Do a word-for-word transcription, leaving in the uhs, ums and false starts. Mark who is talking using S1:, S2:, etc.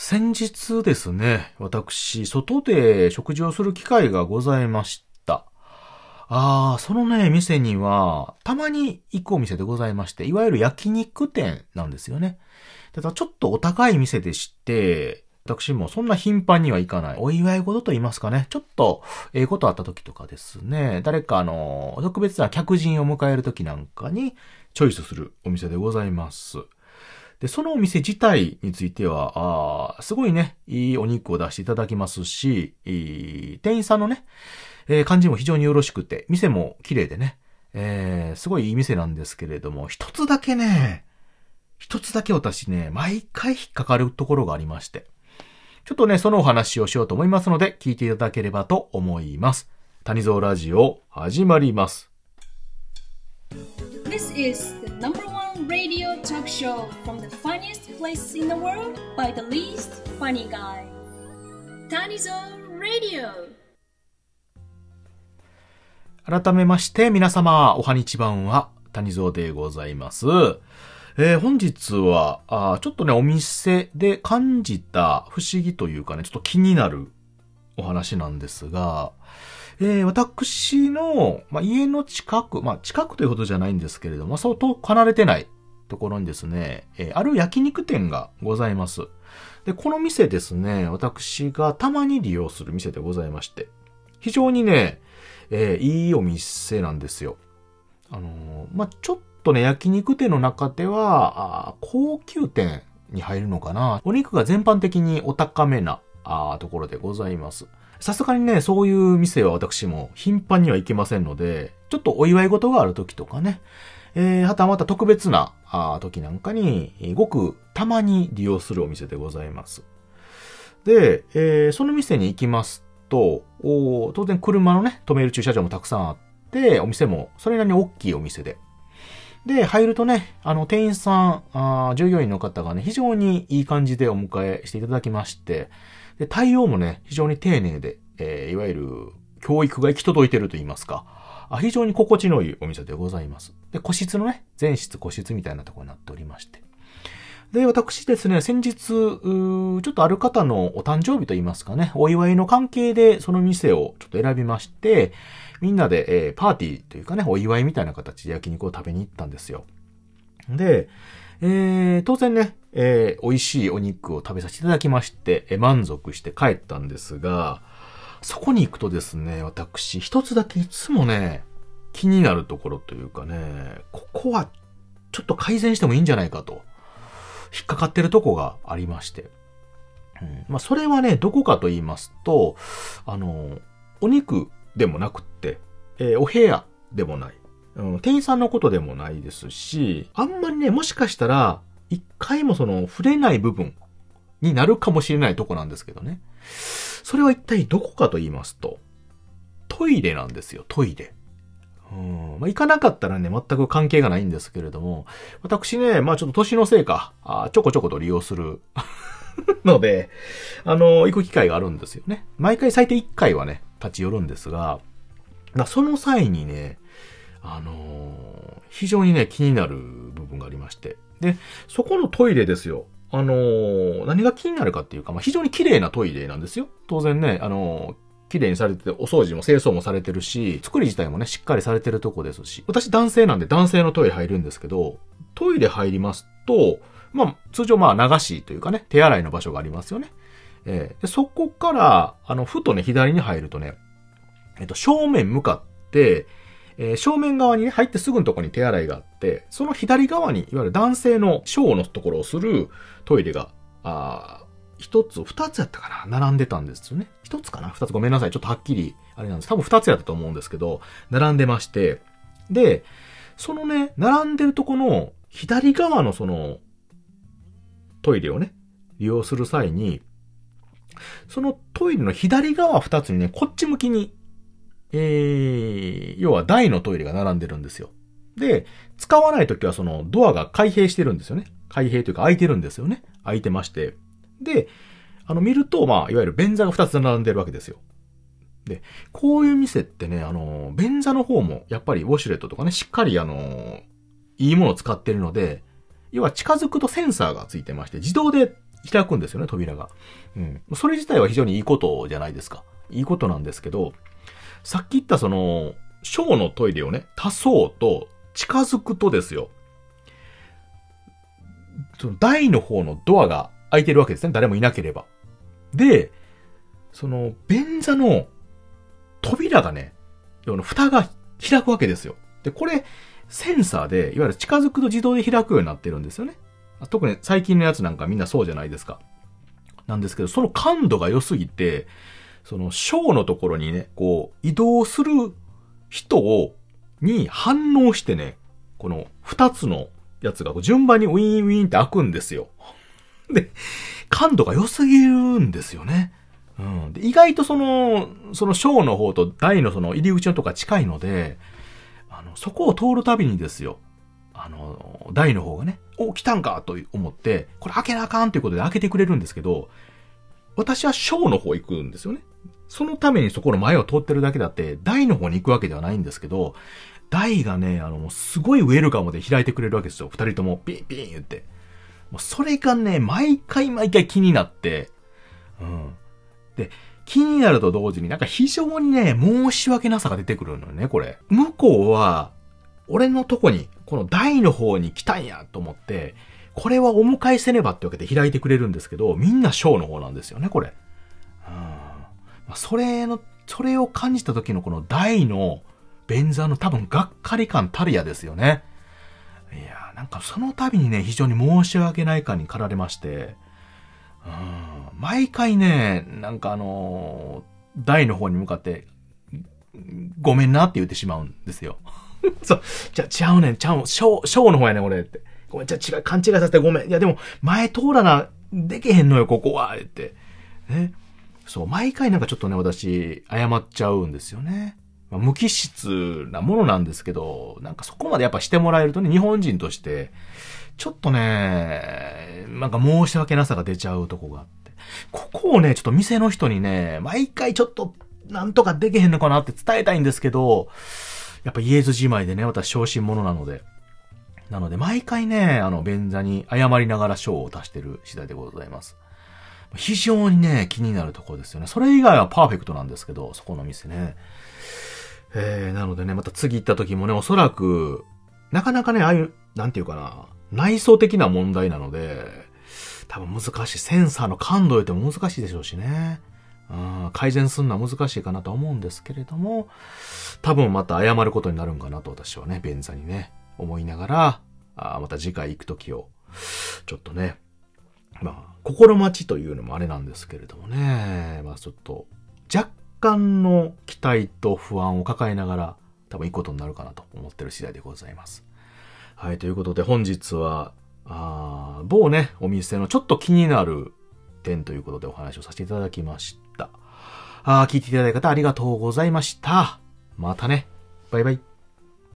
S1: 先日ですね、私、外で食事をする機会がございました。ああ、そのね、店には、たまに行くお店でございまして、いわゆる焼肉店なんですよね。ただちょっとお高い店でして、私もそんな頻繁には行かない。お祝い事と言いますかね。ちょっと、ええことあった時とかですね。誰かあの、特別な客人を迎える時なんかに、チョイスするお店でございます。で、そのお店自体については、あすごいね、いいお肉を出していただきますし、店員さんのね、えー、感じも非常によろしくて、店も綺麗でね、えー、すごいいい店なんですけれども、一つだけね、一つだけ私ね、毎回引っかかるところがありまして、ちょっとね、そのお話をしようと思いますので、聞いていただければと思います。谷蔵ラジオ、始まります。
S2: This is the number one radio talk show from the funniest place in the world by the least funny guy. Tanizo Radio.
S1: 改めまして皆様、おはにちばんは谷蔵でございます。えー、本日はあちょっとねお店で感じた不思議というかねちょっと気になるお話なんですが、えー、私の、まあ、家の近く、まあ、近くということじゃないんですけれども、そう遠く離れてないところにですね、えー、ある焼肉店がございます。で、この店ですね、私がたまに利用する店でございまして、非常にね、えー、いいお店なんですよ。あのー、まあ、ちょっとね、焼肉店の中では、あ高級店に入るのかな。お肉が全般的にお高めなあところでございます。さすがにね、そういう店は私も頻繁には行けませんので、ちょっとお祝い事がある時とかね、えー、はたまた特別なあ時なんかに、ごくたまに利用するお店でございます。で、えー、その店に行きますと、お当然車のね、止める駐車場もたくさんあって、お店もそれなりに大きいお店で。で、入るとね、あの、店員さん、あ従業員の方がね、非常にいい感じでお迎えしていただきまして、で、対応もね、非常に丁寧で、えー、いわゆる教育が行き届いていると言いますか、あ非常に心地のいいお店でございます。で、個室のね、全室個室みたいなところになっておりまして。で、私ですね、先日、ちょっとある方のお誕生日と言いますかね、お祝いの関係でその店をちょっと選びまして、みんなで、えー、パーティーというかね、お祝いみたいな形で焼肉を食べに行ったんですよ。で、えー、当然ね、えー、美味しいお肉を食べさせていただきまして、えー、満足して帰ったんですが、そこに行くとですね、私、一つだけいつもね、気になるところというかね、ここはちょっと改善してもいいんじゃないかと、引っかかってるとこがありまして。うん、まあ、それはね、どこかと言いますと、あの、お肉でもなくって、えー、お部屋でもない。うん、店員さんのことでもないですし、あんまりね、もしかしたら、一回もその、触れない部分になるかもしれないとこなんですけどね。それは一体どこかと言いますと、トイレなんですよ、トイレ。うんまあ、行かなかったらね、全く関係がないんですけれども、私ね、まあちょっと年のせいか、あちょこちょこと利用するので、あの、行く機会があるんですよね。毎回最低いっかいはね、立ち寄るんですが、その際にね、あのー、非常にね、気になる部分がありまして。で、そこのトイレですよ。あのー、何が気になるかっていうか、まあ、非常に綺麗なトイレなんですよ。当然ね、あのー、綺麗にされてて、お掃除も清掃もされてるし、作り自体もね、しっかりされてるとこですし。私男性なんで男性のトイレ入るんですけど、トイレ入りますと、まあ、通常まあ流しというかね、手洗いの場所がありますよね。えー、でそこから、あの、ふとね、左に入るとね、えっと、正面向かって、えー、正面側にね、入ってすぐのところに手洗いがあって、その左側に、いわゆる男性の小のところをするトイレが、あ一つ、二つやったかな並んでたんですよね。一つかな二つごめんなさい。ちょっとはっきり、あれなんです。多分二つやったと思うんですけど、並んでまして、で、そのね、並んでるとこの、左側のその、トイレをね、利用する際に、そのトイレの左側二つにね、こっち向きに、えー、要は台のトイレが並んでるんですよ。で、使わないときはそのドアが開閉してるんですよね。開閉というか開いてるんですよね。開いてまして。で、あの見ると、まあ、いわゆる便座が二つ並んでるわけですよ。で、こういう店ってね、あの、便座の方もやっぱりウォシュレットとかね、しっかりあの、いいものを使ってるので、要は近づくとセンサーがついてまして、自動で開くんですよね、扉が。うん。それ自体は非常にいいことじゃないですか。いいことなんですけど、さっき言ったその、小のトイレをね、足そうと近づくとですよ、その台の方のドアが開いてるわけですね。誰もいなければ。で、その、便座の扉がね、蓋が開くわけですよ。で、これ、センサーで、いわゆる近づくと自動で開くようになってるんですよね。特に最近のやつなんかみんなそうじゃないですか。なんですけど、その感度が良すぎて、その、小のところにね、こう、移動する人を、に反応してね、この二つのやつが順番にウィーンウィーンって開くんですよ。で、感度が良すぎるんですよね。うん。で、意外とその、その小の方と大のその入り口のとこが近いので、あの、そこを通るたびにですよ。あの、大の方がね、お、来たんかと思って、これ開けなあかんということで開けてくれるんですけど、私は小の方行くんですよね。そのためにそこの前を通ってるだけだって、大の方に行くわけではないんですけど、大がね、あの、すごいウェルカムで開いてくれるわけですよ。二人ともピンピン言って。もうそれがね、毎回毎回気になって、うん。で、気になると同時になんか非常にね、申し訳なさが出てくるのよね、これ。向こうは、俺のとこに、この大の方に来たんやと思って、これはお迎えせねばってわけで開いてくれるんですけど、みんな小の方なんですよね、これ。うん。まあ、それの、それを感じた時のこの大の便座の多分がっかり感たるやですよね。いや、なんかその度にね、非常に申し訳ない感に駆られまして、うん、毎回ね、なんかあのー、大の方に向かって、ごめんなって言ってしまうんですよ。そう、じゃ、ちゃうねん、ちゃう、小、小の方やねん、俺って。ごめん、じゃ違う、勘違いさせてごめん。いや、でも、前通らな、できへんのよ、ここは、って。ね。そう、毎回なんかちょっとね、私、謝っちゃうんですよね。まあ、無機質なものなんですけど、なんかそこまでやっぱしてもらえるとね、日本人として、ちょっとね、なんか申し訳なさが出ちゃうとこがあって。ここをね、ちょっと店の人にね、毎回ちょっと、なんとかできへんのかなって伝えたいんですけど、やっぱ言えずじまいでね、私小心者なので。なので、毎回ね、あの、便座に謝りながら賞を出してる次第でございます。非常にね、気になるところですよね。それ以外はパーフェクトなんですけど、そこの店ね。えー、なのでね、また次行った時もね、おそらく、なかなかね、ああいう、なんていうかな、内装的な問題なので、多分難しい。センサーの感度よっても難しいでしょうしね。うん、改善するのは難しいかなと思うんですけれども、多分また謝ることになるんかなと私はね、便座にね、思いながら、あまた次回行くときを、ちょっとね、まあ、心待ちというのもあれなんですけれどもね、まあちょっと、若干の期待と不安を抱えながら、多分行くことになるかなと思ってる次第でございます。はい、ということで本日は、あ某ね、お店のちょっと気になる点ということでお話をさせていただきました。あ聞いていただいた方ありがとうございました。またね。バイバイ。